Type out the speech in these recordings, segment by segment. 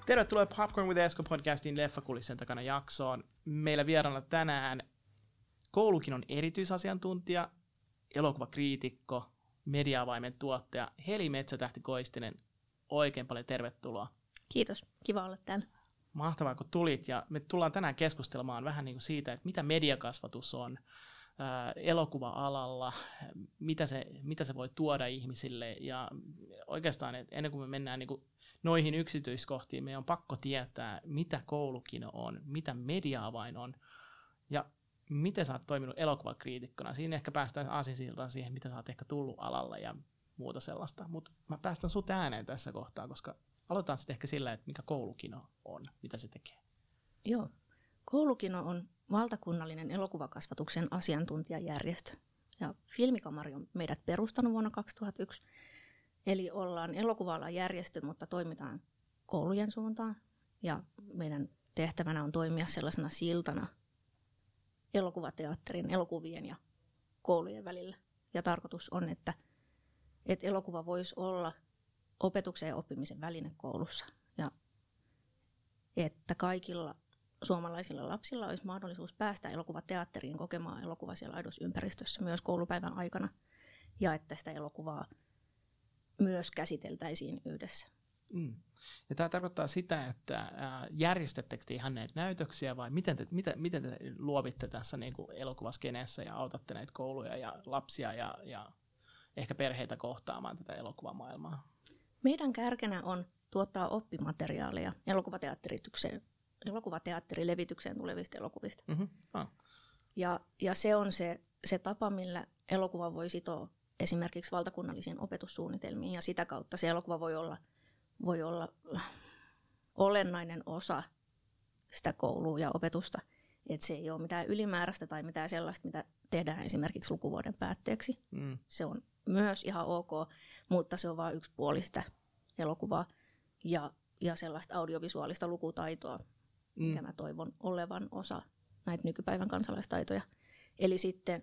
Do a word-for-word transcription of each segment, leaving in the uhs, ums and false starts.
Tervetuloa Popcorn with Esko podcastin Leffakulissien takana jaksoon. Meillä vieraana tänään Koulukinon erityisasiantuntija, elokuvakriitikko, media-avaimen tuottaja Heli Metsätähti-Koistinen. Oikein paljon tervetuloa. Kiitos, kiva olla täällä. Mahtavaa, kun tulit. Ja me tullaan tänään keskustelemaan vähän niin kuin siitä, että mitä mediakasvatus on ää, elokuva-alalla, mitä se, mitä se voi tuoda ihmisille. Ja oikeastaan, että ennen kuin me mennään niin kuin noihin yksityiskohtiin, meidän on pakko tietää, mitä koulukino on, mitä media-avain on ja miten sä oot toiminut elokuvakriitikkona. Siinä ehkä päästään aasinsiltaan siihen, mitä sä oot ehkä tullut alalle ja muuta sellaista. Mutta mä päästän sut ääneen tässä kohtaa, koska aloitetaan sitten ehkä sillä, että mikä koulukino on, mitä se tekee. Joo. Koulukino on valtakunnallinen elokuvakasvatuksen asiantuntijajärjestö. Ja Filmikamari on meidät perustanut vuonna kaksituhattayksi. Eli ollaan elokuva-alan järjestö, mutta toimitaan koulujen suuntaan. Ja meidän tehtävänä on toimia sellaisena siltana elokuvateatterin, elokuvien ja koulujen välillä. Ja tarkoitus on, että, että elokuva voisi olla opetuksen ja oppimisen väline koulussa. Ja että kaikilla suomalaisilla lapsilla olisi mahdollisuus päästä elokuvateatteriin kokemaan elokuva siellä aidossa ympäristössä myös koulupäivän aikana. Ja että sitä elokuvaa myös käsiteltäisiin yhdessä. Mm. Ja tämä tarkoittaa sitä, että järjestettekö te ihan näitä näytöksiä vai miten te, miten, miten te luovitte tässä niin kuin elokuvaskeneessä ja autatte näitä kouluja ja lapsia ja, ja ehkä perheitä kohtaamaan tätä elokuvamaailmaa? Meidän kärkenä on tuottaa oppimateriaalia elokuvateatteritykseen, elokuvateatterilevitykseen tulevista elokuvista. Mm-hmm. Ah. Ja, ja se on se, se tapa, millä elokuva voi sitoa esimerkiksi valtakunnallisiin opetussuunnitelmiin, ja sitä kautta se elokuva voi olla, voi olla olennainen osa sitä koulua ja opetusta. Että se ei ole mitään ylimääräistä tai mitään sellaista, mitä tehdään esimerkiksi lukuvuoden päätteeksi. Mm. Se on myös ihan ok, mutta se on vain yksi puoli sitä elokuvaa ja, ja sellaista audiovisuaalista lukutaitoa, mm. mikä mä toivon olevan osa näitä nykypäivän kansalaistaitoja. Eli sitten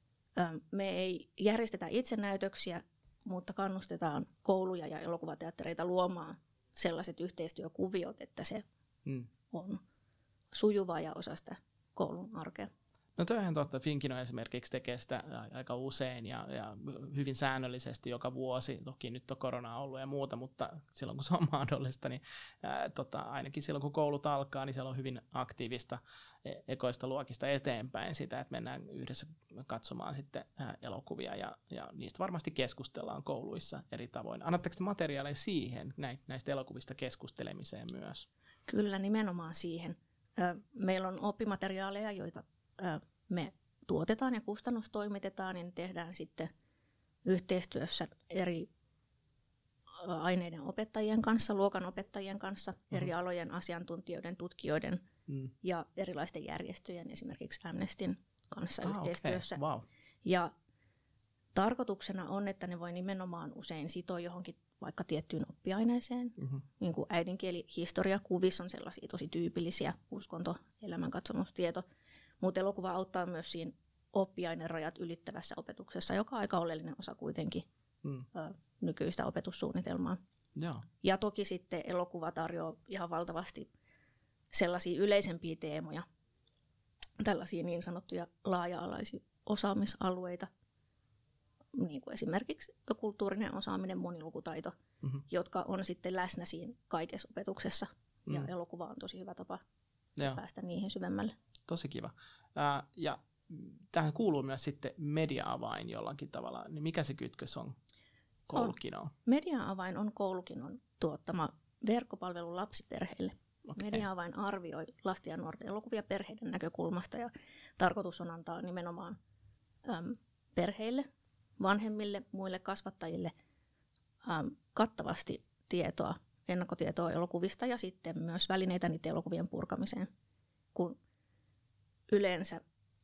me ei järjestetä itse näytöksiä, mutta kannustetaan kouluja ja elokuvateattereita luomaan sellaiset yhteistyökuviot, että se mm. on sujuvaa ja osa sitä koulun arkea. No toihan totta, Finkino esimerkiksi tekee sitä aika usein ja, ja hyvin säännöllisesti joka vuosi. Toki nyt on koronaa ollut ja muuta, mutta silloin kun se on mahdollista, niin ää, tota, ainakin silloin kun koulut alkaa, niin siellä on hyvin aktiivista ekoista luokista eteenpäin sitä, että mennään yhdessä katsomaan sitten ää, elokuvia ja, ja niistä varmasti keskustellaan kouluissa eri tavoin. Annatteko te materiaaleja siihen, näistä elokuvista keskustelemiseen myös? Kyllä, nimenomaan siihen. Meillä on oppimateriaaleja, joita me tuotetaan ja kustannustoimitetaan, niin tehdään sitten yhteistyössä eri aineiden opettajien kanssa, luokanopettajien kanssa, mm-hmm. eri alojen asiantuntijoiden, tutkijoiden mm. ja erilaisten järjestöjen, esimerkiksi Amnestyn kanssa ah, yhteistyössä. Okay. Wow. Ja tarkoituksena on, että ne voi nimenomaan usein sitoa johonkin vaikka tiettyyn oppiaineeseen, mm-hmm. niin kuin äidinkieli, historia, kuvis on sellaisia tosi tyypillisiä, uskonto, elämänkatsomustieto, mutta elokuva auttaa myös siinä oppiainerajat ylittävässä opetuksessa, joka on aika oleellinen osa kuitenkin mm. ö, nykyistä opetussuunnitelmaa. Joo. Ja toki sitten elokuva tarjoaa ihan valtavasti sellaisia yleisempiä teemoja, tällaisia niin sanottuja laaja-alaisia osaamisalueita, niin kuin esimerkiksi kulttuurinen osaaminen, monilukutaito, mm-hmm. jotka on sitten läsnä siinä kaikessa opetuksessa. Mm. Ja elokuva on tosi hyvä tapa Joo. päästä niihin syvemmälle. Tosi kiva. Äh, ja tähän kuuluu myös sitten media-avain jollakin tavalla. Niin mikä se kytkös on koulukinoon? Media-avain on koulukinon tuottama verkkopalvelu lapsiperheille. Okay. Media-avain arvioi lasten ja nuorten elokuvia perheiden näkökulmasta ja tarkoitus on antaa nimenomaan äm, perheille, vanhemmille, muille kasvattajille äm, kattavasti tietoa, ennakkotietoa elokuvista ja sitten myös välineitä niiden elokuvien purkamiseen, kun yleensä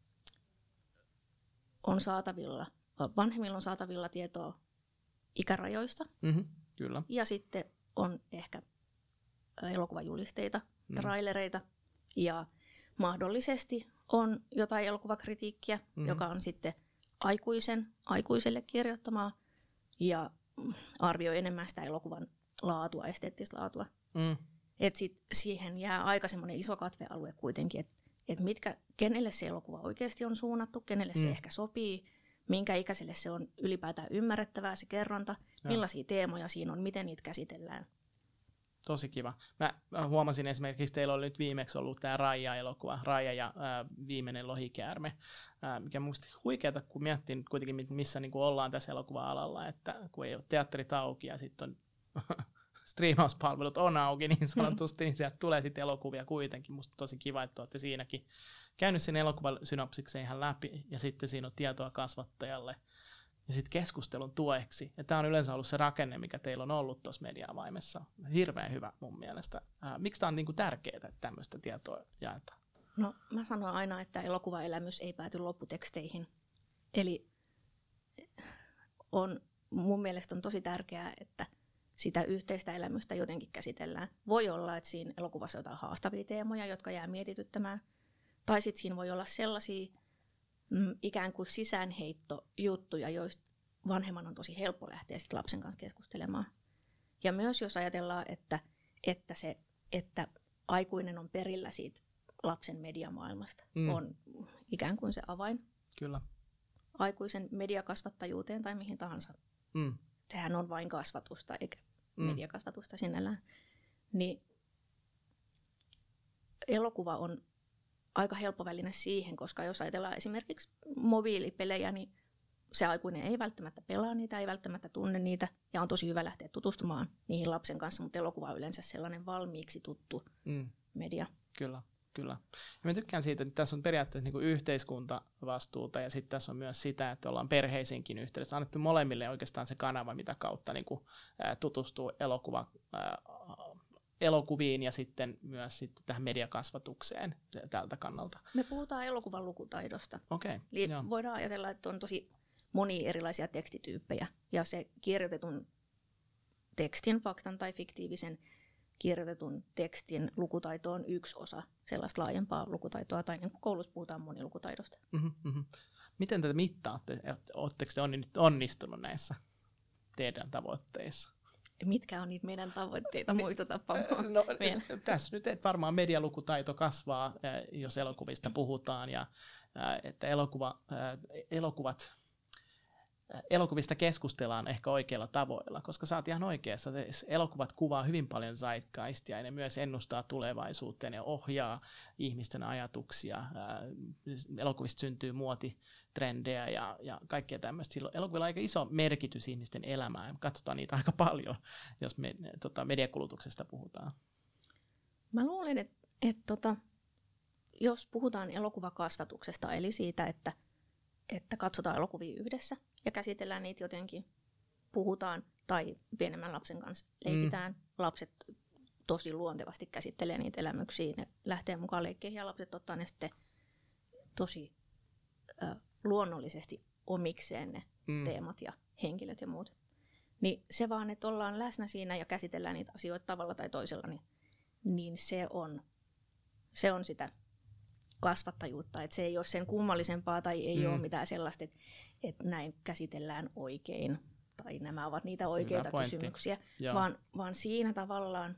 on saatavilla, vanhemmilla on saatavilla tietoa ikärajoista mm-hmm, kyllä. ja sitten on ehkä elokuvajulisteita, mm. trailereita ja mahdollisesti on jotain elokuvakritiikkiä, mm-hmm. joka on sitten aikuisen, aikuiselle kirjoittamaa ja arvioi enemmän sitä elokuvan laatua, esteettistä laatua. Mm. että sit siihen jää aika semmoinen iso katvealue kuitenkin, että et mitkä, kenelle se elokuva oikeasti on suunnattu, kenelle mm. se ehkä sopii, minkä ikäiselle se on ylipäätään ymmärrettävää se kerronta, ja. millaisia teemoja siinä on, miten niitä käsitellään. Tosi kiva. Mä, mä huomasin esimerkiksi, teillä oli nyt viimeksi ollut tämä Raija-elokuva, Raija ja ää, viimeinen lohikäärme, ää, mikä on musta huikeata, kun miettii kuitenkin, missä niin kuin ollaan tässä elokuva-alalla, että kun ei ole teatterit auki ja sitten on striimauspalvelut on auki niin sanotusti, niin sieltä tulee sitten elokuvia kuitenkin. Musta tosi kiva, että olette siinäkin käynyt sen elokuvan synopsiksen ihan läpi, ja sitten siinä on tietoa kasvattajalle, ja sitten keskustelun tueksi. Ja tämä on yleensä ollut se rakenne, mikä teillä on ollut tuossa Mediavaimessa. Hirveän hyvä mun mielestä. Ää, miksi tämä on niinku tärkeää, että tämmöistä tietoa jaetaan? No mä sanon aina, että elokuvaelämys ei pääty lopputeksteihin. Eli on, mun mielestä on tosi tärkeää, että sitä yhteistä elämystä jotenkin käsitellään. Voi olla, että siinä elokuvassa on jotain haastavia teemoja, jotka jää mietityttämään. Tai sitten siinä voi olla sellaisia mm, ikään kuin sisäänheittojuttuja, joista vanhemman on tosi helppo lähteä sit lapsen kanssa keskustelemaan. Ja myös jos ajatellaan, että, että, se, että aikuinen on perillä siitä lapsen mediamaailmasta, mm. on ikään kuin se avain Kyllä. aikuisen mediakasvattajuuteen tai mihin tahansa. Mm. Sehän on vain kasvatusta, eikä mm. mediakasvatusta sinällään. Niin elokuva on aika helppo väline siihen, koska jos ajatellaan esimerkiksi mobiilipelejä, niin se aikuinen ei välttämättä pelaa niitä, ei välttämättä tunne niitä, ja on tosi hyvä lähteä tutustumaan niihin lapsen kanssa, mutta elokuva on yleensä sellainen valmiiksi tuttu mm. media. Kyllä, kyllä. Ja mä tykkään siitä, että tässä on periaatteessa niin kuin yhteiskuntavastuuta, ja sitten tässä on myös sitä, että ollaan perheisiinkin yhteydessä. Annettu molemmille oikeastaan se kanava, mitä kautta niin kuin, ää, tutustuu elokuva, ää, elokuviin ja sitten myös sitten tähän mediakasvatukseen tältä kannalta. Me puhutaan elokuvan lukutaidosta. Okay, Eli voidaan ajatella, että on tosi monia erilaisia tekstityyppejä, ja se kirjoitetun tekstin, faktan tai fiktiivisen kirjoitetun tekstin lukutaito on yksi osa sellaista laajempaa lukutaitoa, tai niin kuin koulussa puhutaan monilukutaidosta. Mm-hmm, mm-hmm. Miten tätä mittaatte? Oletteko te onnistunut näissä teidän tavoitteissa? Mitkä on niitä meidän tavoitteita? Muistutapa no, tässä nyt että varmaan medialukutaito kasvaa, jos elokuvista puhutaan, ja että elokuva, elokuvat, elokuvista keskustellaan ehkä oikeilla tavoilla, koska sä oot ihan oikeassa. Elokuvat kuvaa hyvin paljon zeitgeistia, ja ne myös ennustaa tulevaisuuteen ja ohjaa ihmisten ajatuksia. Elokuvista syntyy muotitrendejä ja, ja kaikkea tämmöistä. Silloin elokuvilla on aika iso merkitys ihmisten elämään. Katsotaan niitä aika paljon, jos me tota, mediakulutuksesta puhutaan. Mä luulen, että, että tota, jos puhutaan elokuvakasvatuksesta, eli siitä, että, että katsotaan elokuvia yhdessä ja käsitellään niitä jotenkin, puhutaan tai pienemmän lapsen kanssa leikitään. Mm. Lapset tosi luontevasti käsittelee niitä elämyksiä, ne lähtee mukaan leikkeihin ja lapset ottaa ne sitten tosi ö, luonnollisesti omikseen ne mm. teemat ja henkilöt ja muut. Niin se vaan, että ollaan läsnä siinä ja käsitellään niitä asioita tavalla tai toisella, niin, niin se, on, se on sitä kasvattajuutta, että se ei ole sen kummallisempaa tai ei mm. ole mitään sellaista, että, että näin käsitellään oikein tai nämä ovat niitä oikeita kysymyksiä, vaan, vaan siinä tavallaan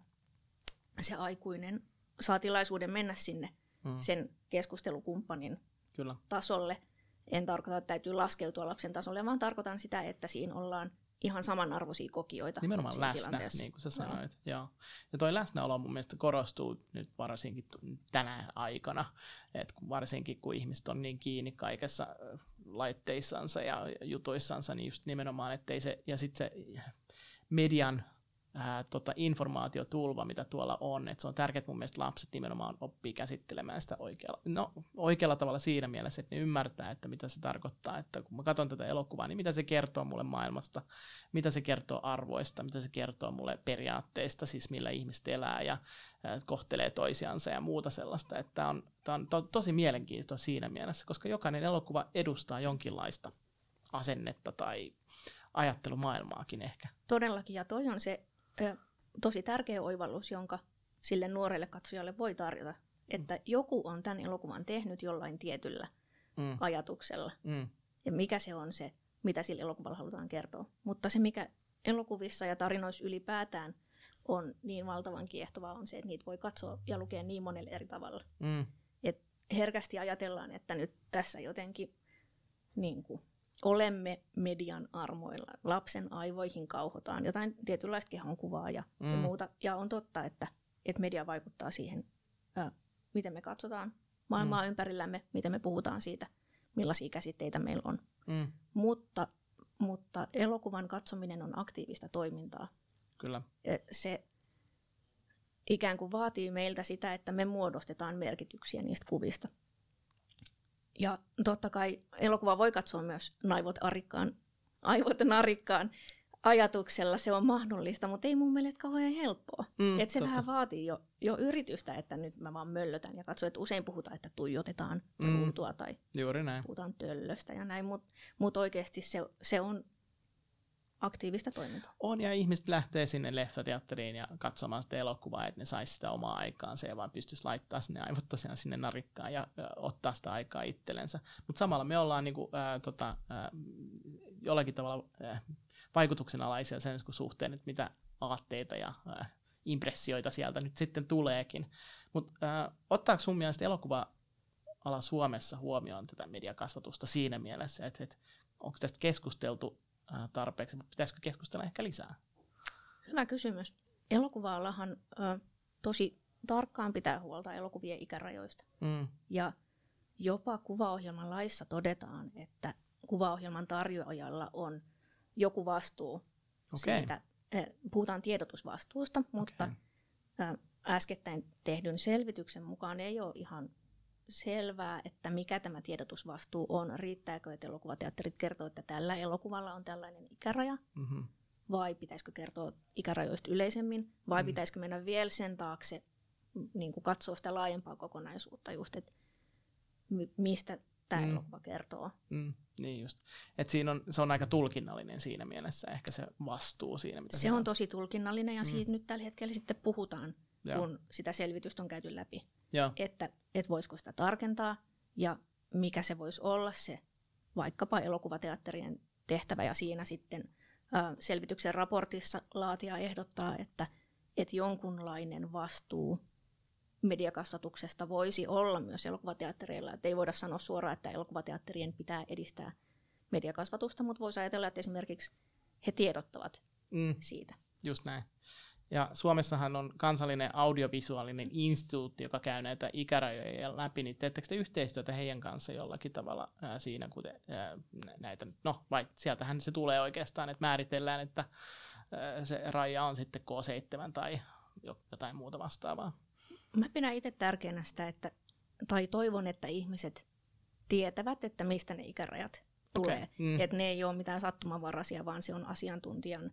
se aikuinen saa tilaisuuden mennä sinne mm. sen keskustelukumppanin Kyllä. tasolle. En tarkoita, että täytyy laskeutua lapsen tasolle, vaan tarkoitan sitä, että siinä ollaan ihan samanarvoisia kokijoita. Nimenomaan läsnä, niin kuin sä sanoit. No. Joo. Ja toi läsnäolo mun mielestä korostuu nyt varsinkin tänä aikana, että varsinkin kun ihmiset on niin kiinni kaikessa laitteissansa ja jutuissansa, niin just nimenomaan, ettei se, ja sitten se median ää, tota, informaatiotulva, mitä tuolla on, että se on tärkeää, että mun mielestä lapset nimenomaan oppii käsittelemään sitä oikealla, no, oikealla tavalla siinä mielessä, että ne ymmärtää, että mitä se tarkoittaa, että kun mä katson tätä elokuvaa, niin mitä se kertoo mulle maailmasta, mitä se kertoo arvoista, mitä se kertoo mulle periaatteista, siis millä ihmiset elää ja ää, kohtelee toisiansa ja muuta sellaista, että tämä on, tää on to, tosi mielenkiintoista siinä mielessä, koska jokainen elokuva edustaa jonkinlaista asennetta tai ajattelumaailmaakin ehkä. Todellakin, ja toi on se ö, tosi tärkeä oivallus, jonka sille nuorelle katsojalle voi tarjota, että mm. joku on tämän elokuvan tehnyt jollain tietyllä mm. ajatuksella, mm. ja mikä se on se, mitä sillä elokuvalla halutaan kertoa. Mutta se, mikä elokuvissa ja tarinoissa ylipäätään on niin valtavan kiehtovaa, on se, että niitä voi katsoa ja lukea niin monella eri tavalla. Mm. Et herkästi ajatellaan, että nyt tässä jotenkin niin kuin, olemme median armoilla. Lapsen aivoihin kauhotaan jotain tietynlaista kehonkuvaa ja, mm. ja muuta. Ja on totta, että, että media vaikuttaa siihen, ää, miten me katsotaan maailmaa mm. ympärillämme, miten me puhutaan siitä, millaisia käsitteitä meillä on. Mm. Mutta, mutta elokuvan katsominen on aktiivista toimintaa. Kyllä. Se ikään kuin vaatii meiltä sitä, että me muodostetaan merkityksiä niistä kuvista. Ja totta kai elokuva voi katsoa myös naivot arikkaan, aivot narikkaan ajatuksella, se on mahdollista, mutta ei mun mielestä kauhean helppoa. Mm, et se totta. Vähän vaatii jo, jo yritystä, että nyt mä vaan möllötän ja katson, että usein puhutaan, että tuijotetaan mm, ruutua tai juuri näin. Puhutaan töllöstä ja näin, mutta mut oikeasti se, se on aktiivista toimintaa. On, ja ihmiset lähtee sinne leffateatteriin ja katsomaan sitä elokuvaa, että ne saisi sitä omaa aikaansa ja vaan pystyisi laittaa sinne aivot tosiaan sinne narikkaan ja, ja ottaa sitä aikaa itsellensä. Mutta samalla me ollaan niinku, ää, tota, ää, jollakin tavalla ää, vaikutuksen alaisia sen suhteen, että mitä aatteita ja ää, impressioita sieltä nyt sitten tuleekin. Mutta ottaako sun mielestä elokuva-ala Suomessa huomioon tätä mediakasvatusta siinä mielessä, että et, onko tästä keskusteltu tarpeeksi, mutta pitäisikö keskustella ehkä lisää? Hyvä kysymys. Elokuva-alahan ö, tosi tarkkaan pitää huolta elokuvien ikärajoista. Mm. Ja jopa kuvaohjelman laissa todetaan, että kuvaohjelman tarjoajalla on joku vastuu okay. siitä. Puhutaan tiedotusvastuusta, mutta okay. äskettäin tehdyn selvityksen mukaan ei ole ihan selvää, että mikä tämä tiedotusvastuu on. Riittääkö, että elokuvateatterit kertoo, että tällä elokuvalla on tällainen ikäraja, mm-hmm. vai pitäisikö kertoa ikärajoista yleisemmin, vai mm. pitäisikö mennä vielä sen taakse, niin kuin katsoa sitä laajempaa kokonaisuutta, just, että mistä tämä mm. elokuva kertoo. Mm. Niin just. Et siinä on, se on aika tulkinnallinen siinä mielessä, ehkä se vastuu siinä. Mitä se on, on tosi tulkinnallinen, ja mm. siitä nyt tällä hetkellä sitten puhutaan, ja. kun sitä selvitystä on käyty läpi. Ja. Että et voisiko sitä tarkentaa, ja mikä se voisi olla se vaikkapa elokuvateatterien tehtävä, ja siinä sitten ä, selvityksen raportissa laatija ehdottaa, että et jonkunlainen vastuu mediakasvatuksesta voisi olla myös elokuvateattereilla. Et ei voida sanoa suoraan, että elokuvateatterien pitää edistää mediakasvatusta, mutta voisi ajatella, että esimerkiksi he tiedottavat mm. siitä. Just näin. Ja Suomessahan on kansallinen audiovisuaalinen instituutti, joka käy näitä ikärajoja läpi, niin teettekö te yhteistyötä heidän kanssa jollakin tavalla ää, siinä, kun te, ää, näitä, no vai sieltähän se tulee oikeastaan, että määritellään, että ää, se raja on sitten K seitsemän tai jotain muuta vastaavaa. Mä pidän itse tärkeänä sitä, että, tai toivon, että ihmiset tietävät, että mistä ne ikärajat tulee. Okay. Mm. Että ne ei ole mitään sattumanvaraisia, vaan se on asiantuntijan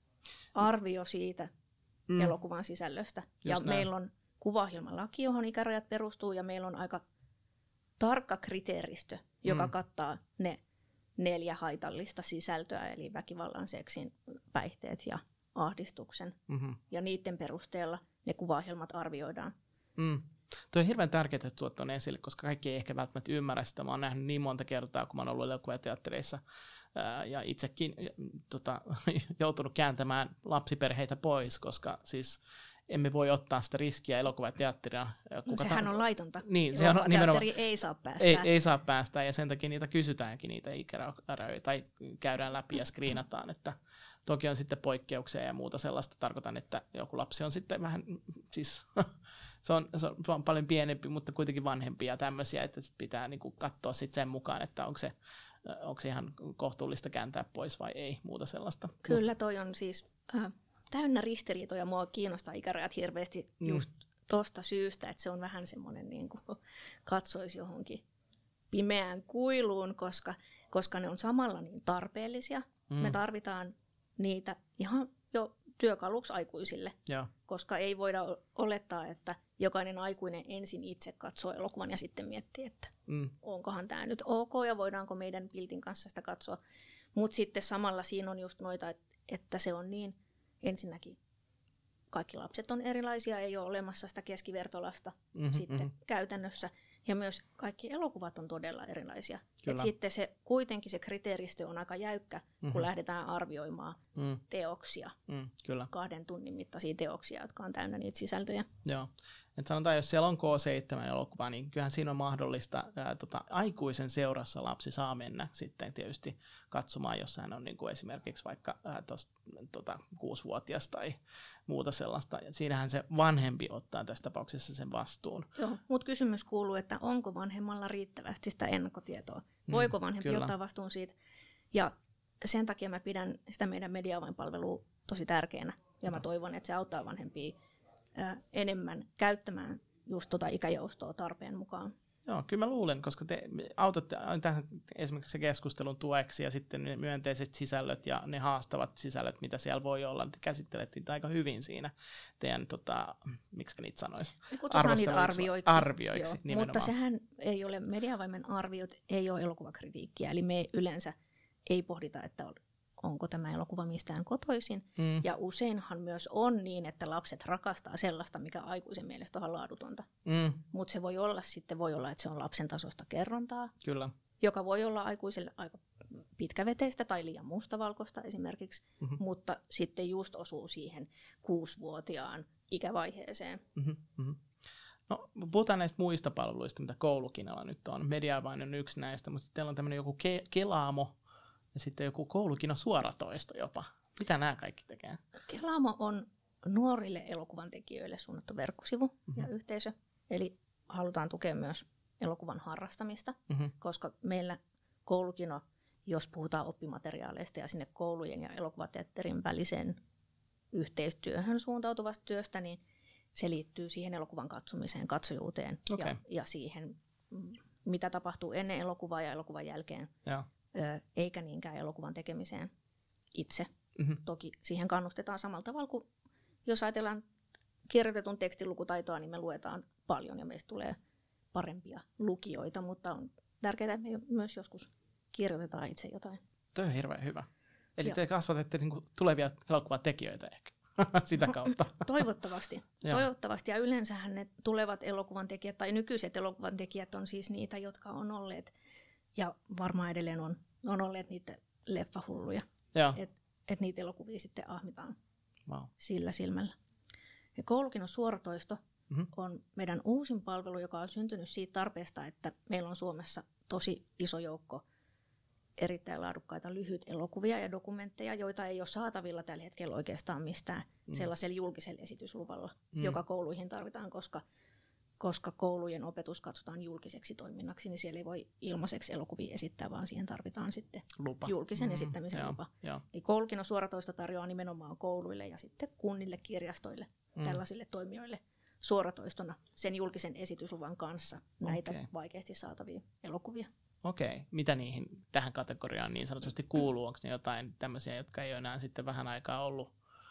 arvio siitä mm. elokuvan sisällöstä. Just ja näin. Meillä on kuvaohjelmalaki, johon ikärajat perustuu, ja meillä on aika tarkka kriteeristö, joka mm. kattaa ne neljä haitallista sisältöä, eli väkivallan, seksin, päihteet ja ahdistuksen. Mm-hmm. Ja niiden perusteella ne kuvaohjelmat arvioidaan. Mm. Tuo on hirveän tärkeää, että tuot tuon esille, koska kaikki ei ehkä välttämättä ymmärrä sitä. Mä oon nähnyt niin monta kertaa, kun mä oon ollut elokuvateattereissa ää, ja itsekin tota, joutunut kääntämään lapsiperheitä pois, koska siis emme voi ottaa sitä riskiä elokuvateatterina. No, sehän on laitonta. Niin, se on nimenomaan, ei saa päästä. Ei, ei saa päästä, ja sen takia niitä kysytäänkin, niitä ikärajoja, tai käydään läpi ja screenataan, että toki on sitten poikkeuksia ja muuta sellaista. Tarkoitan, että joku lapsi on sitten vähän, siis se on, se on paljon pienempi, mutta kuitenkin vanhempi ja tämmöisiä, että sit pitää niinku katsoa sitten sen mukaan, että onko se, onko se ihan kohtuullista kääntää pois vai ei, muuta sellaista. Kyllä toi on siis äh, täynnä ristiriitoja. Mua kiinnostaa ikärajat hirveästi mm. just tosta syystä, että se on vähän semmoinen niin kuin katsoisi johonkin pimeään kuiluun, koska, koska ne on samalla niin tarpeellisia. Mm. Me tarvitaan niitä ihan jo työkaluksi aikuisille, ja. Koska ei voida olettaa, että jokainen aikuinen ensin itse katsoo elokuvan ja sitten miettii, että mm. onkohan tämä nyt ok ja voidaanko meidän piltin kanssa sitä katsoa. Mutta sitten samalla siinä on just noita, että se on niin, ensinnäkin kaikki lapset on erilaisia, ei ole olemassa sitä keskivertolasta mm-hmm, sitten mm-hmm. käytännössä. Ja myös kaikki elokuvat on todella erilaisia. Et sitten se, kuitenkin se kriteeristö on aika jäykkä, mm-hmm. kun lähdetään arvioimaan mm. teoksia, mm, kyllä. kahden tunnin mittaisia teoksia, jotka on täynnä niitä sisältöjä. Joo. Et sanotaan, jos siellä on K seitsemän elokuva, niin kyllähän siinä on mahdollista, ää, tota, aikuisen seurassa lapsi saa mennä sitten tietysti katsomaan, jos hän on niin kuin esimerkiksi vaikka ää, tos, tota, kuusivuotias tai muuta sellaista. Ja siinähän se vanhempi ottaa tässä tapauksessa sen vastuun. Joo, mutta kysymys kuuluu, että onko vanhemmalla riittävästi sitä ennakkotietoa? Voiko vanhempi mm, ottaa vastuun siitä? Ja sen takia mä pidän sitä meidän mediaavainpalvelua tosi tärkeänä. Ja mä toivon, että se auttaa vanhempia ää, enemmän käyttämään just tota ikäjoustoa tarpeen mukaan. Joo, kyllä mä luulen, koska te autatte tähän esimerkiksi se keskustelun tueksi ja sitten ne myönteiset sisällöt ja ne haastavat sisällöt, mitä siellä voi olla. Te käsittelette niitä aika hyvin siinä teidän, tota, miksi niitä sanoisi? Kutsutaan niitä arvioiksi. Arvioiksi nimenomaan. Mutta sehän ei ole, mediavaimen arviot ei ole elokuvakritiikkiä, eli me yleensä ei pohdita, että onko tämä elokuva mistään kotoisin. Mm. Ja useinhan myös on niin, että lapset rakastaa sellaista, mikä aikuisen mielestä on laadutonta. Mm. Mutta se voi olla sitten, voi olla, että se on lapsen tasosta kerrontaa, Kyllä. joka voi olla aikuiselle aika pitkäveteistä tai liian mustavalkoista esimerkiksi, mm-hmm. mutta sitten just osuu siihen kuusivuotiaan ikävaiheeseen. Mm-hmm. Mm-hmm. No, puhutaan näistä muista palveluista, mitä Koulukinalla nyt on. Mediavain on yksi näistä, mutta sitten on tämmöinen joku ke- Kelaamo, ja sitten joku Koulukino suoratoisto jopa. Mitä nämä kaikki tekee? Kelaamo on nuorille elokuvan tekijöille suunnattu verkkosivu mm-hmm. ja yhteisö. Eli halutaan tukea myös elokuvan harrastamista, mm-hmm. koska meillä Koulukino, jos puhutaan oppimateriaaleista ja sinne koulujen ja elokuvateatterin väliseen yhteistyöhön suuntautuvasta työstä, niin se liittyy siihen elokuvan katsomiseen, katsojuuteen okay. ja, ja siihen, mitä tapahtuu ennen elokuvaa ja elokuvan jälkeen. Ja. Eikä niinkään elokuvan tekemiseen itse. Mm-hmm. Toki siihen kannustetaan samalla tavalla kuin jos ajatellaan kirjoitetun tekstin lukutaitoa, niin me luetaan paljon ja meistä tulee parempia lukijoita, mutta on tärkeää, että me myös joskus kirjoitetaan itse jotain. Tuo on hirveän hyvä. Eli Joo. te kasvatatte niin kuin tulevia elokuvatekijöitä ehkä sitä kautta. Toivottavasti. Toivottavasti. Ja yleensähän ne tulevat elokuvan tekijät tai nykyiset elokuvan tekijät on siis niitä, jotka on olleet ja varmaan edelleen on, on olleet niitä leffahulluja. Että et niitä elokuvia sitten ahmitaan wow. sillä silmällä. Ja Koulukinon suoratoisto mm-hmm. on meidän uusin palvelu, joka on syntynyt siitä tarpeesta, että meillä on Suomessa tosi iso joukko erittäin laadukkaita lyhyt elokuvia ja dokumentteja, joita ei ole saatavilla tällä hetkellä oikeastaan mistään mm. sellaisella julkisella esitysluvalla, mm. joka kouluihin tarvitaan, koska koska koulujen opetus katsotaan julkiseksi toiminnaksi, niin siellä ei voi ilmaiseksi elokuvia esittää, vaan siihen tarvitaan sitten lupa. julkisen mm-hmm. esittämisen ja, lupa. Ja. Eli Koulukinon suoratoisto tarjoaa nimenomaan kouluille ja sitten kunnille, kirjastoille, mm. tällaisille toimijoille suoratoistona sen julkisen esitysluvan kanssa näitä okay. vaikeasti saatavia elokuvia. Okei. Okay. Mitä niihin tähän kategoriaan niin sanotusti kuuluu? Onko ne jotain tämmöisiä, jotka ei ole enää sitten vähän aikaa ollut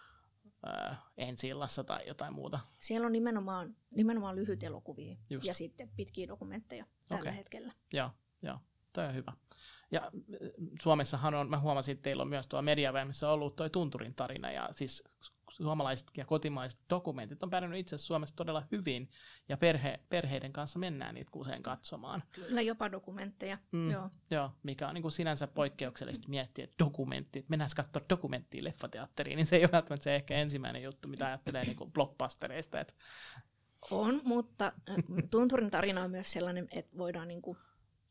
Öö, ensi-illassa tai jotain muuta? Siellä on nimenomaan, nimenomaan lyhyt elokuvia Just. ja sitten pitkiä dokumentteja tällä okay. hetkellä. Joo, joo, toi on hyvä. Ja Suomessahan on, mä huomasin, että teillä on myös tuo Mediavaimissa ollut toi Tunturin tarina, ja siis suomalaiset ja kotimaiset dokumentit on pärjännyt itse asiassa Suomessa todella hyvin, ja perhe, perheiden kanssa mennään niitä usein katsomaan. Kyllä, jopa dokumentteja, mm, joo. Joo, mikä on niin kuin sinänsä poikkeuksellisesti miettiä, että dokumentti, että mennään katsoa dokumenttia leffateatteriin, niin se ei ole välttämättä se ehkä ensimmäinen juttu, mitä ajattelee niin kuin blockbustereista. Että on, mutta Tunturin tarina on myös sellainen, että voidaan niin kuin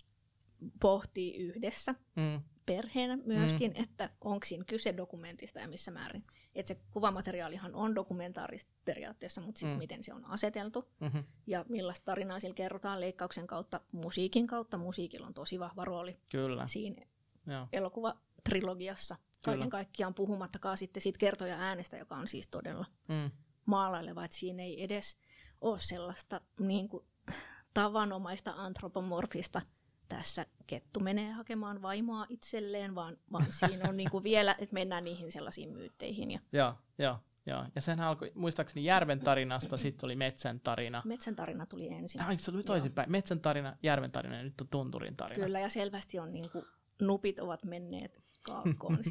pohtia yhdessä mm. perheenä myöskin, mm. että onko siinä kyse dokumentista ja missä määrin. Että se kuvamateriaalihan on dokumentaarista periaatteessa, mutta sitten mm. miten se on aseteltu mm-hmm. ja millaista tarinaa sillä kerrotaan leikkauksen kautta, musiikin kautta. Musiikilla on tosi vahva rooli Kyllä. siinä Joo. elokuvatrilogiassa. Kaiken Kyllä. kaikkiaan puhumattakaan sitten siitä kertoja äänestä, joka on siis todella mm. maalaileva, että siinä ei edes ole sellaista niin kuin tavanomaista antropomorfista tässä kettu menee hakemaan vaimoa itselleen, vaan, vaan siinä on niinku vielä, että mennään niihin sellaisiin myytteihin. Ja, joo, joo, joo. Ja sen alkoi, muistaakseni Järven tarinasta, sitten oli Metsän tarina. Metsän tarina tuli ensin. Ai, se tuli toisinpäin. Metsän tarina, Järven tarina ja nyt on Tunturin tarina. Kyllä, ja selvästi on niinku, nupit ovat menneet kaakkoon sitä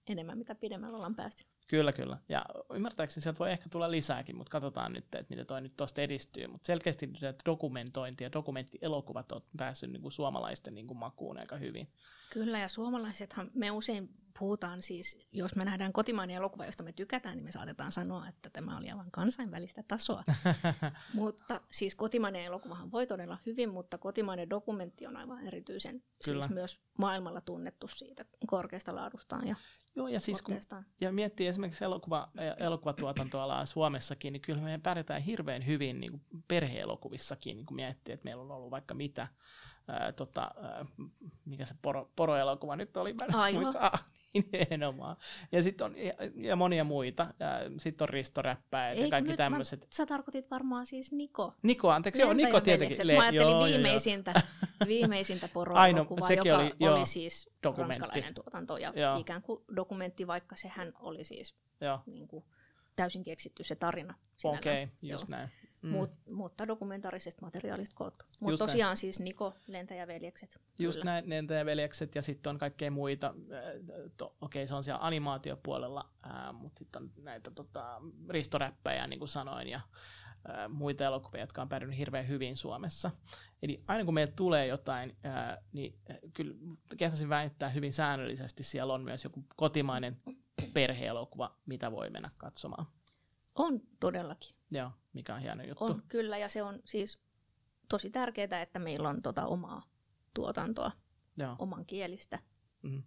enemmän, mitä pidemmällä ollaan päästy. Kyllä, kyllä. Ja ymmärtääkseni sieltä voi ehkä tulla lisääkin, mutta katsotaan nyt, että miten toi nyt tuosta edistyy. Mutta selkeästi dokumentointi ja dokumenttielokuvat on päässyt niin kuin suomalaisten niin kuin makuun aika hyvin. Kyllä, ja suomalaisethan me usein puhutaan siis, jos me nähdään kotimainen elokuva, josta me tykätään, niin me saatetaan sanoa, että tämä oli aivan kansainvälistä tasoa. Mutta siis kotimainen elokuvahan voi todella hyvin, mutta kotimainen dokumentti on aivan erityisen, Kyllä. siis myös maailmalla tunnettu siitä korkeasta laadustaan ja Joo, ja siis kun, ja miettii esimerkiksi elokuva, elokuvatuotantoalaa Suomessakin, niin kyllä me pärjätään hirveän hyvin niin kuin perhe-elokuvissakin, niin kun miettii, että meillä on ollut vaikka mitä, ää, tota, ää, mikä se poro, poroelokuva nyt oli, mä en muista, ah, niin enomaan. Ja sitten on ja, ja monia muita, sitten on Risto Räppäät ja kaikki tämmöiset. Sä tarkoitit varmaan siis Niko. Niko, anteeksi, joo, Niko tietenkin. Le- mä ajattelin joo, viimeisintä, joo. viimeisintä poroelokuvaa, joka oli, joo, oli siis dokumentti. Ranskalainen tuotanto ja joo. ikään kuin dokumentti, vaikka sehän oli siis niin kuin täysin keksitty se tarina. Okei, okay, just näin. Mm. Mut, mutta dokumentaarisesta materiaalista koottu. Mutta tosiaan näin. Siis Niko, Lentäjäveljekset. Just kyllä. Näin, Lentäjäveljekset ja sitten on kaikkea muita. Okei, okay, se on siellä animaatiopuolella, äh, mutta sitten on näitä tota, ristoräppäjä, niin kuin sanoin, ja äh, muita elokuvia, jotka on pärjännyt hirveän hyvin Suomessa. Eli aina kun meille tulee jotain, äh, niin kyllä kehtaisin väittää hyvin säännöllisesti, siellä on myös joku kotimainen perhe-elokuva, mitä voi mennä katsomaan. On todellakin. Joo, mikä on hieno juttu. On kyllä, ja se on siis tosi tärkeää, että meillä on tota omaa tuotantoa, Joo. oman kielistä. Mm-hmm.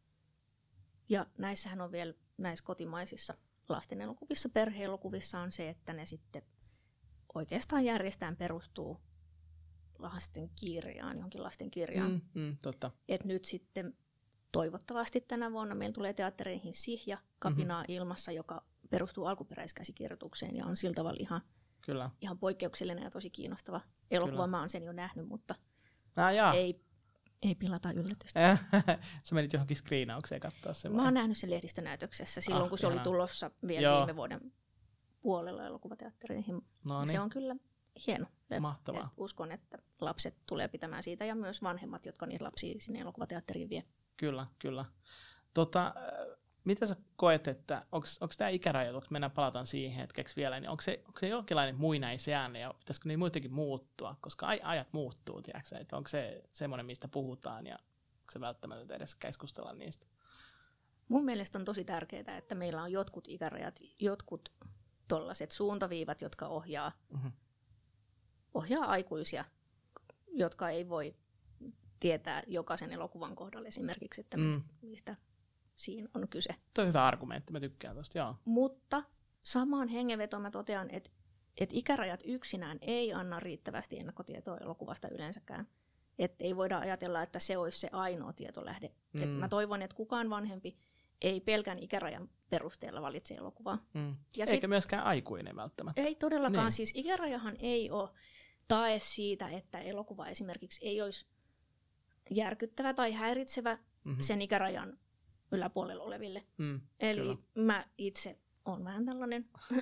Ja näissähän on vielä, näissä kotimaisissa lastenelokuvissa, perhe-elokuvissa on se, että ne sitten oikeastaan järjestään perustuu lasten kirjaan, johonkin lasten kirjaan. Mm, mm, totta. Et nyt sitten toivottavasti tänä vuonna meillä tulee teattereihin Sihja, Kapinaa mm-hmm. ilmassa, joka perustuu alkuperäiskäsikirjoitukseen ja on sillä tavalla ihan, Kyllä. ihan poikkeuksellinen ja tosi kiinnostava elokuva. Kyllä. Mä oon sen jo nähnyt, mutta ah, ei, ei pilata yllätystä. Sä menit johonkin screenaukseen katsoa sen. Mä oon nähnyt sen lehdistönäytöksessä silloin, ah, kun se ihana. oli tulossa vielä Joo. viime vuoden puolella elokuvateattereihin. No niin. Se on kyllä hieno. Mahtavaa. Et uskon, että lapset tulee pitämään siitä ja myös vanhemmat, jotka niitä lapsia sinne elokuvateatteriin vie. Kyllä, kyllä. Tota, mitä sä koet, että onko tämä ikärajoitus, kun mennään palataan siihen hetkeksi vielä, niin onko se, onko se jonkinlainen muinaisjäänne ja pitäisikö niin muutenkin muuttua, koska ajat muuttuu, tiedätkö, että onko se semmoinen, mistä puhutaan ja onko se välttämättä edes keskustella niistä? Mun mielestä on tosi tärkeää, että meillä on jotkut ikärajat, jotkut tollaiset suuntaviivat, jotka ohjaa, mm-hmm. ohjaa aikuisia, jotka ei voi tietää jokaisen elokuvan kohdalla esimerkiksi, että mistä, mm. mistä siinä on kyse. Tuo on hyvä argumentti, mä tykkään tosta, joo. Mutta samaan hengenvetoon mä totean, että, että ikärajat yksinään ei anna riittävästi ennakkotietoa elokuvasta yleensäkään. Että ei voida ajatella, että se olisi se ainoa tietolähde. Mm. Et mä toivon, että kukaan vanhempi ei pelkän ikärajan perusteella valitse elokuvaa. Mm. Ja Eikä sit, myöskään aikuinen välttämättä. Ei todellakaan. Niin. Siis ikärajahan ei ole tae siitä, että elokuva esimerkiksi ei olisi järkyttävä tai häiritsevä mm-hmm. sen ikärajan yläpuolella oleville. Mm, Eli kyllä. mä itse olen vähän tällainen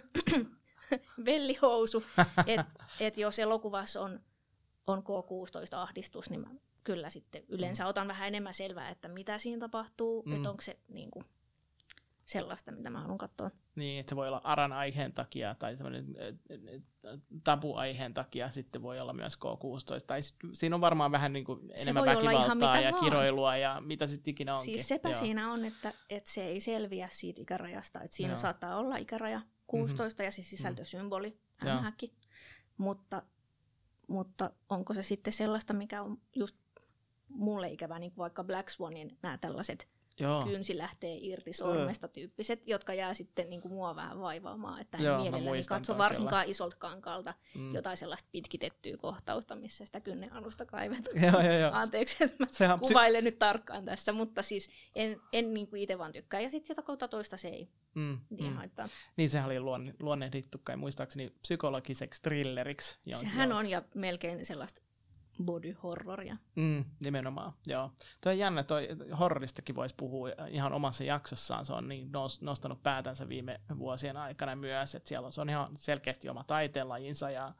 vellihousu, että et jos elokuvassa on, on K kuusitoista ahdistus, niin mä kyllä sitten yleensä mm. otan vähän enemmän selvää, että mitä siinä tapahtuu, mm. että onko se niin kuin sellaista, mitä mä haluan katsoa. Niin, että se voi olla aran aiheen takia tai semmoinen tabu-aiheen takia, sitten voi olla myös K kuusitoista. Tai siinä on varmaan vähän niin kuin enemmän väkivaltaa ja vaan. kiroilua ja mitä sitten ikinä onkin. Siis sepä Joo. siinä on, että, että se ei selviä siitä ikärajasta. Että siinä Joo. saattaa olla ikäraja kuusitoista mm-hmm. ja se sisältösymboli, hämähäkki. Mutta, mutta onko se sitten sellaista, mikä on just mulle ikävää, niin kuin vaikka Black Swanin nämä tällaiset Joo. kynsi lähtee irti sormesta tyyppiset, jotka jää sitten niin kuin mua vähän vaivaamaan, että en Joo, mielelläni katso varsinkaan kyllä. isolta kankaalta mm. jotain sellaista pitkitettyä kohtausta, missä sitä kynnen alusta kaivetaan. Joo, joo, joo. Anteeksi, että mä Sehän kuvailen psy- nyt tarkkaan tässä, mutta siis en, en niin kuin itse vaan tykkää. Ja sitten jotain toista se ei mm, niin mm. haittaa. Niin, sehän oli luonne, luonnehdittu kai muistaakseni psykologiseksi thrilleriksi. Sehän on ja melkein sellaista body horroria. Mm, nimenomaan, joo. Tuo on jännä, toi horroristakin voisi puhua ihan omassa jaksossaan. Se on niin nostanut päätänsä viime vuosien aikana myös, että siellä on, se on ihan selkeästi oma taiteenlajinsa ja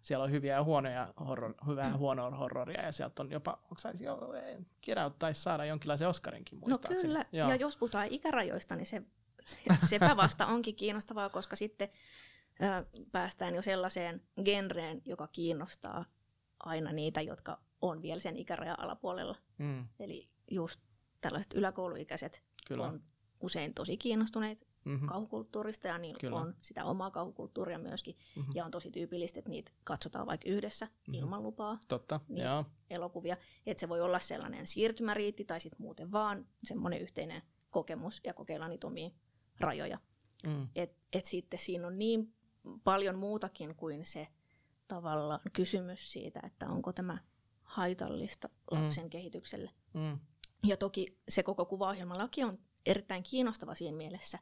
siellä on hyviä ja huonoja horror, hyvää ja huonoa horroria, ja sieltä on jopa, onko se jo, kirjauttaisi saada jonkinlaisen Oscarinkin muistaakseni. No kyllä, Joo. ja jos puhutaan ikärajoista, niin se, se, sepä vasta onkin kiinnostavaa, koska sitten ö, päästään jo sellaiseen genreen, joka kiinnostaa aina niitä, jotka on vielä sen ikärajan alapuolella. Mm. Eli just tällaiset yläkouluikäiset Kyllä. on usein tosi kiinnostuneet mm-hmm. kauhukulttuurista, ja niillä Kyllä. on sitä omaa kauhukulttuuria myöskin, mm-hmm. ja on tosi tyypillistä, että niitä katsotaan vaikka yhdessä mm-hmm. ilman lupaa, Totta. niitä Joo. elokuvia. Että se voi olla sellainen siirtymäriitti, tai sitten muuten vaan semmoinen yhteinen kokemus, ja kokeilla niitä omia rajoja. Mm. Että et sitten siinä on niin paljon muutakin kuin se tavallaan kysymys siitä, että onko tämä haitallista lapsen mm. kehitykselle. Mm. Ja toki se koko kuvaohjelmalaki on erittäin kiinnostava siinä mielessä,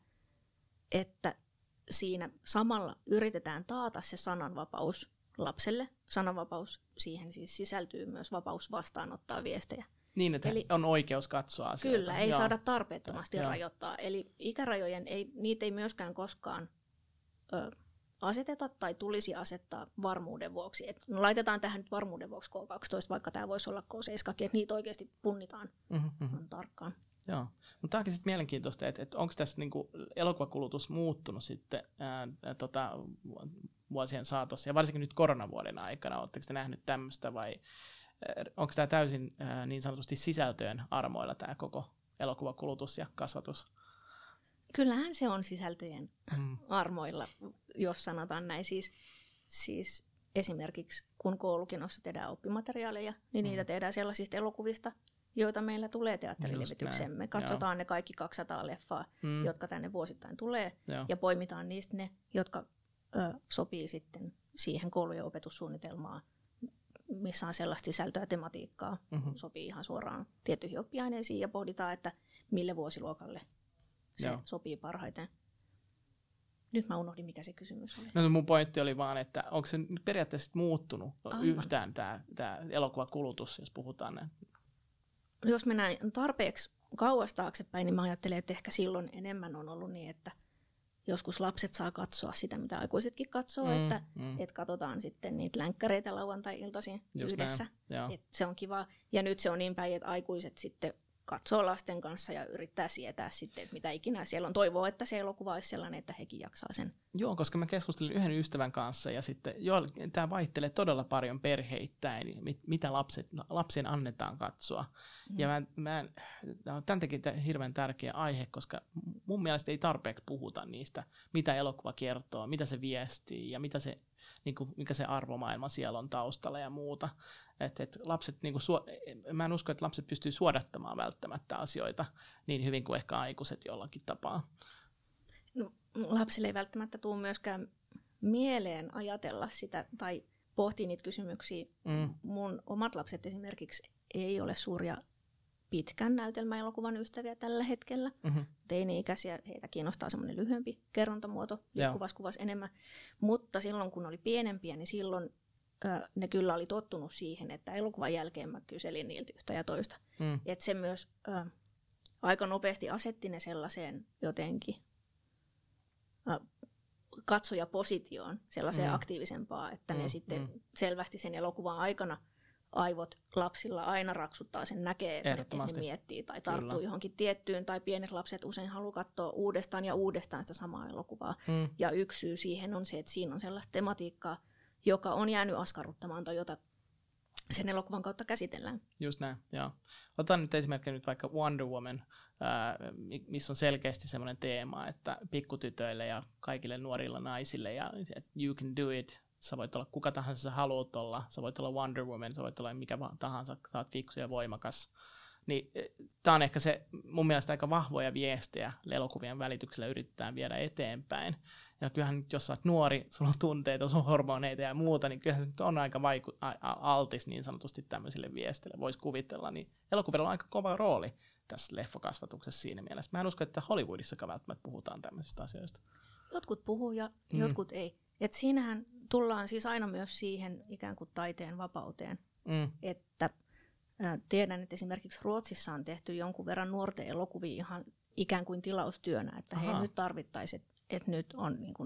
että siinä samalla yritetään taata se sananvapaus lapselle. Sananvapaus, siihen siis sisältyy myös vapaus vastaanottaa viestejä. Niin, että Eli, on oikeus katsoa asioita. Kyllä, ei Joo. saada tarpeettomasti Joo. rajoittaa. Eli ikärajojen, ei, niitä ei myöskään koskaan ö, aseteta tai tulisi asettaa varmuuden vuoksi. Et no, laitetaan tähän nyt varmuuden vuoksi K kaksitoista, vaikka tämä voisi olla K seitsemän, että niitä oikeasti punnitaan mm-hmm. tarkkaan. Joo, mutta tämä onkin sitten mielenkiintoista, että, että onko tässä niinku elokuvakulutus muuttunut sitten ää, tota, vuosien saatossa, ja varsinkin nyt koronavuoden aikana, oletteko te nähnyt tämmöistä, vai ää, onko tämä täysin ää, niin sanotusti sisältöjen armoilla tämä koko elokuvakulutus ja kasvatus? Kyllähän se on sisältöjen mm. armoilla, jos sanotaan näin. Siis, siis esimerkiksi kun koulukinossa tehdään oppimateriaaleja, niin mm. niitä tehdään sellaisista elokuvista, joita meillä tulee teatterilevitykseen. Me katsotaan Joo. ne kaikki kaksisataa leffaa, mm. jotka tänne vuosittain tulee, Joo. ja poimitaan niistä ne, jotka ö, sopii sitten siihen koulujen opetussuunnitelmaan, missä on sellaista sisältöä, tematiikkaa, mm-hmm. sopii ihan suoraan tiettyihin oppiaineisiin, ja pohditaan, että mille vuosiluokalle se Joo. sopii parhaiten. Nyt mä unohdin, mikä se kysymys oli. No mun pointti oli vaan, että onko se periaatteessa muuttunut Aivan. yhtään tämä, tämä elokuvakulutus, jos puhutaan näin? Jos mennään tarpeeksi kauas taaksepäin, niin mä ajattelen, että ehkä silloin enemmän on ollut niin, että joskus lapset saa katsoa sitä, mitä aikuisetkin katsoo, mm, että mm. et katsotaan sitten niitä länkkäreitä lauantai-iltaisin Just yhdessä. Et se on kiva. Ja nyt se on niin päin, että aikuiset sitten katsoo lasten kanssa ja yrittää sietää sitten, että mitä ikinä siellä on. Toivoo, että se elokuva olisi sellainen, että hekin jaksaa sen. Joo, koska mä keskustelin yhden ystävän kanssa, ja sitten tämä vaihtelee todella paljon perheittäin, mit, mitä lapset, lapsien annetaan katsoa. Mm. Ja mä, mä, tämän takia hirveän tärkeä aihe, koska mun mielestä ei tarpeeksi puhuta niistä, mitä elokuva kertoo, mitä se viestii ja mitä se, niin kuin, mikä se arvomaailma siellä on taustalla ja muuta. Et, et lapset, niin kuin suo, mä en usko, että lapset pystyy suodattamaan välttämättä asioita niin hyvin kuin ehkä aikuiset jollakin tapaa. No, lapsille ei välttämättä tule myöskään mieleen ajatella sitä tai pohtia niitä kysymyksiä. Mm. Mun omat lapset esimerkiksi ei ole suuria pitkän näytelmäelokuvan ystäviä tällä hetkellä. Mm-hmm. Teini-ikäisiä, heitä kiinnostaa semmoinen lyhyempi kerrontamuoto, liikkuvassa kuvassa enemmän. Mutta silloin kun oli pienempiä, niin silloin ö, ne kyllä oli tottunut siihen, että elokuvan jälkeen mä kyselin niiltä yhtä ja toista. Mm. Että se myös ö, aika nopeasti asetti ne sellaiseen jotenkin ö, katsojapositioon, sellaiseen mm. aktiivisempaa, että mm. ne sitten mm. selvästi sen elokuvan aikana aivot lapsilla aina raksuttaa sen näkee, että ne miettii tai tarttuu Kyllä. johonkin tiettyyn, tai pienet lapset usein haluaa katsoa uudestaan ja uudestaan sitä samaa elokuvaa. Mm. Ja yksi syy siihen on se, että siinä on sellaista tematiikkaa, joka on jäänyt askarruttamaan tai jota sen elokuvan kautta käsitellään. Just näin, joo. Otan nyt esimerkiksi nyt vaikka Wonder Woman, ää, missä on selkeästi semmoinen teema, että pikkutytöille ja kaikille nuorilla naisille, ja you can do it. Sä voit olla kuka tahansa sä haluat olla, sä voit olla Wonder Woman, sä voit olla mikä tahansa, sä oot fiksu ja voimakas. Niin, tää on ehkä se mun mielestä aika vahvoja viestejä elokuvien välityksellä yritetään viedä eteenpäin. Ja kyllähän nyt, jos sä oot nuori, sulla on tunteita, sun hormoneita ja muuta, niin kyllähän se on aika vaiku- a- a- altis niin sanotusti tämmöisille viesteille. Voisi kuvitella, niin elokuvilla on aika kova rooli tässä leffokasvatuksessa siinä mielessä. Mä en usko, että Hollywoodissakaan välttämättä puhutaan tämmöisistä asioista. Jotkut puhuu ja mm. jotkut ei. Et siinähän tullaan siis aina myös siihen ikään kuin taiteen vapauteen, mm. että ä, tiedän, että esimerkiksi Ruotsissa on tehty jonkun verran nuorten elokuvia ihan ikään kuin tilaustyönä, että Aha. hei nyt tarvittaisiin, että et nyt on niin kuin näitä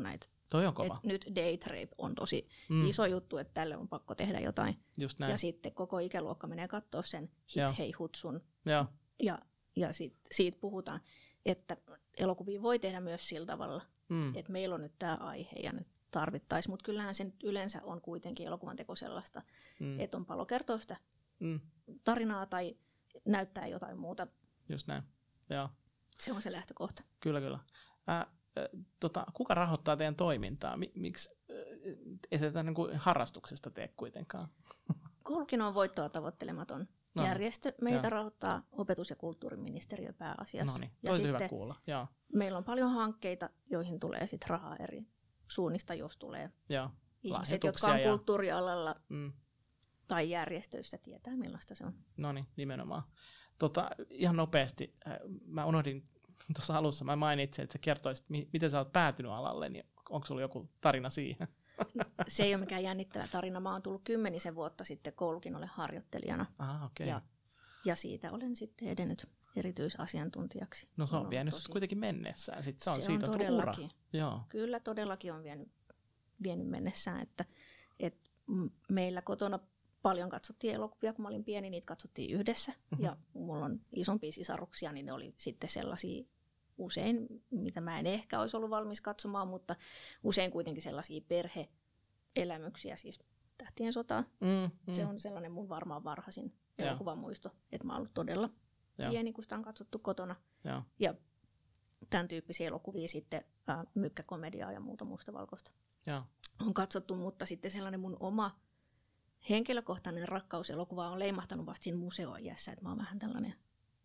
Toi on kova. Et nyt date rape on tosi mm. iso juttu, että tälle on pakko tehdä jotain. Just näin. Ja sitten koko ikäluokka menee katsoa sen hip Joo. hei hutsun. Joo. Ja, ja sit, siitä puhutaan, että elokuvia voi tehdä myös sillä tavalla, Mm. että meillä on nyt tämä aihe ja nyt tarvittaisiin. Mutta kyllähän se nyt yleensä on kuitenkin elokuvan teko sellaista, Mm. että on palo kertoa sitä Mm. tarinaa tai näyttää jotain muuta. Just näin. Joo. Se on se lähtökohta. Kyllä, kyllä. Ää, ä, tota, kuka rahoittaa teidän toimintaa? Miksi ei tätä niin kuin harrastuksesta tee kuitenkaan? Koulukin on voittoa tavoittelematon No, järjestö. Meitä joo. rahoittaa opetus- ja kulttuuriministeriö pääasiassa. No niin, ja oli sitten hyvä kuulla. Joo. meillä on paljon hankkeita, joihin tulee sit rahaa eri suunnista, jos tulee Joo. ihmiset, jotka on ja... kulttuurialalla Mm. tai järjestöissä, tietää millaista se on. No niin, nimenomaan. Tota, ihan nopeasti, äh, mä unohdin tuossa alussa, mä mainitsin, että sä kertoisit, mi- miten sä oot päätynyt alalle, niin onko sulla joku tarina siihen? Se ei ole mikään jännittävä tarina. Mä oon tullut kymmenisen vuotta sitten koulukin olen harjoittelijana. Ah, okei. Ja, ja siitä olen sitten edennyt erityisasiantuntijaksi. No se on Mulla vienyt tosi- kuitenkin mennessään. Sitten se on Se siitä on tullut ura. todellakin. Joo. Kyllä todellakin on vienyt, vienyt mennessään, että, että meillä kotona paljon katsottiin elokuvia, kun mä olin pieni, niitä katsottiin yhdessä. Mm-hmm. Ja mulla on isompia sisaruksia, niin ne oli sitten sellaisia usein, mitä mä en ehkä olisi ollut valmis katsomaan, mutta usein kuitenkin sellaisia perhe-elämyksiä, siis Tähtien sota. Mm, mm. Se on sellainen mun varmaan varhaisin Joo. elokuvamuisto, että mä oon ollut todella Joo. pieni, kun sitä on katsottu kotona. Joo. Ja tämän tyyppisiä elokuvia sitten, äh, mykkäkomediaa ja muuta mustavalkoista Joo. on katsottu, mutta sitten sellainen mun oma henkilökohtainen rakkauselokuva on leimahtanut vasta siinä museoiässä, että mä oon vähän tällainen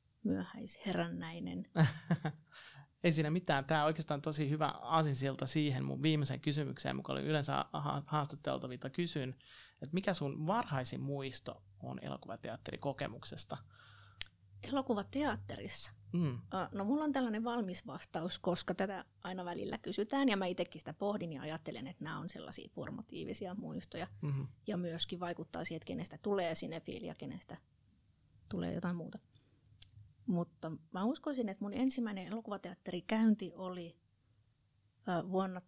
myöhäisherännäinen. Ei siinä mitään. Tämä on oikeastaan tosi hyvä aasinsilta siihen mun viimeiseen kysymykseen, mukaan oli yleensä haastateltavilta kysyn, että mikä sun varhaisin muisto on elokuvateatterikokemuksesta? Elokuvateatterissa? Mm. No mulla on tällainen valmis vastaus, koska tätä aina välillä kysytään ja mä itsekin sitä pohdin ja ajattelen, että nämä on sellaisia formatiivisia muistoja Mm-hmm. ja myöskin vaikuttaa siihen, että kenestä tulee sinefiili ja kenestä tulee jotain muuta. Mutta mä uskoisin, että mun ensimmäinen elokuvateatterikäynti oli ö, vuonna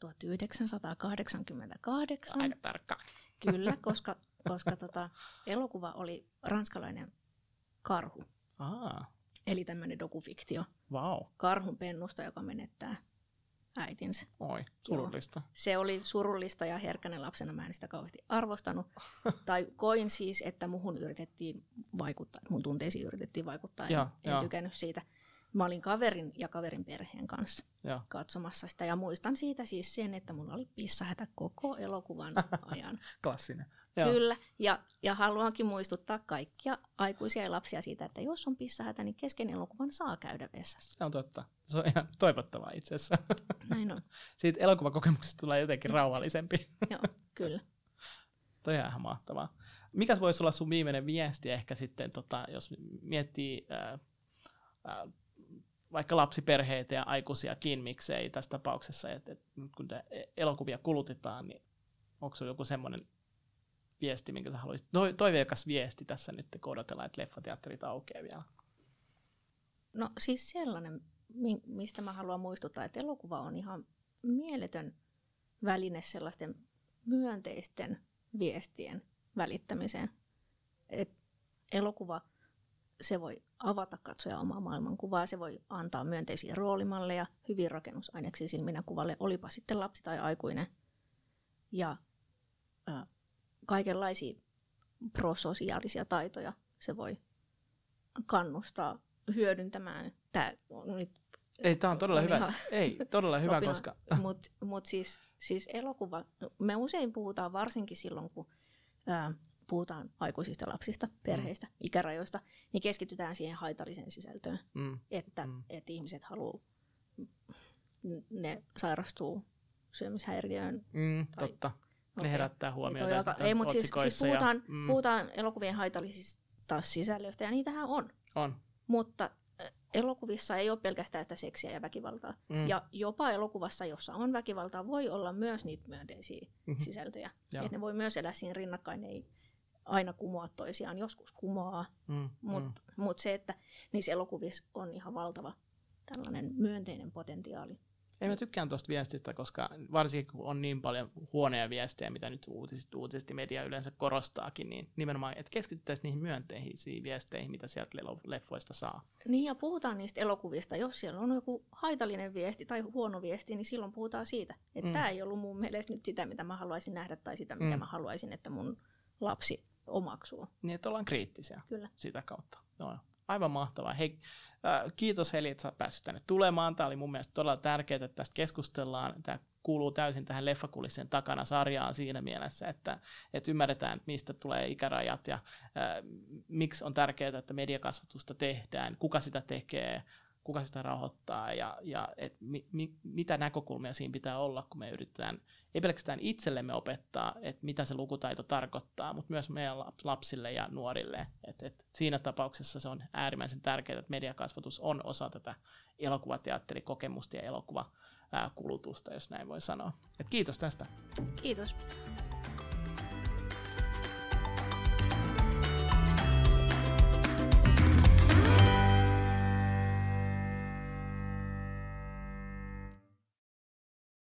tuhatyhdeksänsataakahdeksankymmentäkahdeksan. Aika tarkka. Kyllä, koska, koska tota, elokuva oli ranskalainen Karhu, Aa, eli tämmöinen dokufiktio. vau. Karhun pennusta, joka menettää äitinsä. Oi, surullista. Se oli surullista ja herkänen lapsena mä en sitä kauheasti arvostanut. tai koin siis, että muhun yritettiin vaikuttaa, mun tunteisiin yritettiin vaikuttaa, en, Joo, en joo. tykännyt siitä. Mä olin kaverin ja kaverin perheen kanssa Joo. katsomassa sitä ja muistan siitä siis sen, että mulla oli pissahätä koko elokuvan ajan. Klassinen. Joo. Kyllä, ja, ja haluankin muistuttaa kaikkia aikuisia ja lapsia siitä, että jos on pissahätä, niin kesken elokuvan saa käydä vessassa. Se on totta. Se on ihan toivottavaa itse asiassa. Näin on. Siitä elokuvakokemuksesta tulee jotenkin rauhallisempi. Joo, kyllä. Toi on ihan mahtavaa. Mikäs voisi olla sun viimeinen viesti ehkä sitten, tota, jos miettii ää, ää, vaikka lapsiperheitä ja aikuisiakin, miksei tässä tapauksessa, että, että kun te elokuvia kulutetaan, niin onko sulla joku semmoinen viesti, minkä sä haluaisit, toiveikas viesti tässä nyt, kun odotellaan, että leffateatterit aukeaa vielä? No siis sellainen, mistä mä haluan muistuttaa, että elokuva on ihan mieletön väline sellaisten myönteisten viestien välittämiseen. Et elokuva, se voi avata katsoja omaa maailmankuvaa, se voi antaa myönteisiä roolimalleja, hyvin rakennusaineksi silminä kuvalle, olipa sitten lapsi tai aikuinen. Ja äh, kaikenlaisia prososiaalisia taitoja se voi kannustaa hyödyntämään. Tää on nyt Ei, tämä on todella on hyvä. ihan Ei, todella hyvä, Lopina, koska... Mutta mut siis, siis elokuva, me usein puhutaan varsinkin silloin, kun ää, puhutaan aikuisista lapsista, perheistä, mm. ikärajoista, niin keskitytään siihen haitalliseen sisältöön, Mm. että Mm. et ihmiset haluaa, ne sairastuu syömishäiriöön. Mm, Tai- totta. Ne okei. herättää huomiota. Aika, sitten ei, mutta siis, siis otsikoissa puhutaan, ja, mm, puhutaan elokuvien haitallisista sisällöistä, ja niitähän on. on. Mutta äh, elokuvissa ei ole pelkästään sitä seksiä ja väkivaltaa. Mm. Ja jopa elokuvassa, jossa on väkivaltaa, voi olla myös niitä myönteisiä Mhm. sisältöjä. Joo. Et ne voi myös elää siinä rinnakkain, ne ei aina kumoa toisiaan, joskus kumoaa. Mm, Mutta mm. mut se, että niissä elokuvissa on ihan valtava tällainen myönteinen potentiaali. Ei mä tykkään tuosta viestistä, koska varsinkin kun on niin paljon huonoja viestejä, mitä nyt uutiset, uutiset ja media yleensä korostaakin, niin nimenomaan, että keskityttäisiin niihin myönteisiin viesteihin, mitä sieltä leffoista saa. Niin, ja puhutaan niistä elokuvista. Jos siellä on joku haitallinen viesti tai huono viesti, niin silloin puhutaan siitä. Että mm. tämä ei ollut mun mielestä nyt sitä, mitä mä haluaisin nähdä, tai sitä, mitä mm. mä haluaisin, että mun lapsi omaksuu. Niin, että ollaan kriittisiä Kyllä. sitä kautta. Joo. Aivan mahtavaa. Hei, äh, kiitos Heli, että sä oot päässyt tänne tulemaan. Tämä oli mun mielestä todella tärkeää, että tästä keskustellaan. Tämä kuuluu täysin tähän Leffakulissien takana sarjaan siinä mielessä, että, että ymmärretään, mistä tulee ikärajat ja äh, miksi on tärkeää, että mediakasvatusta tehdään, kuka sitä tekee, kuka sitä rahoittaa ja, ja et mi, mi, mitä näkökulmia siinä pitää olla, kun me yritetään ei pelkästään itsellemme opettaa, että mitä se lukutaito tarkoittaa, mutta myös meidän lapsille ja nuorille. Et, et siinä tapauksessa se on äärimmäisen tärkeää, että mediakasvatus on osa tätä elokuvateatterikokemusta ja elokuvakulutusta, jos näin voi sanoa. Et kiitos tästä. Kiitos.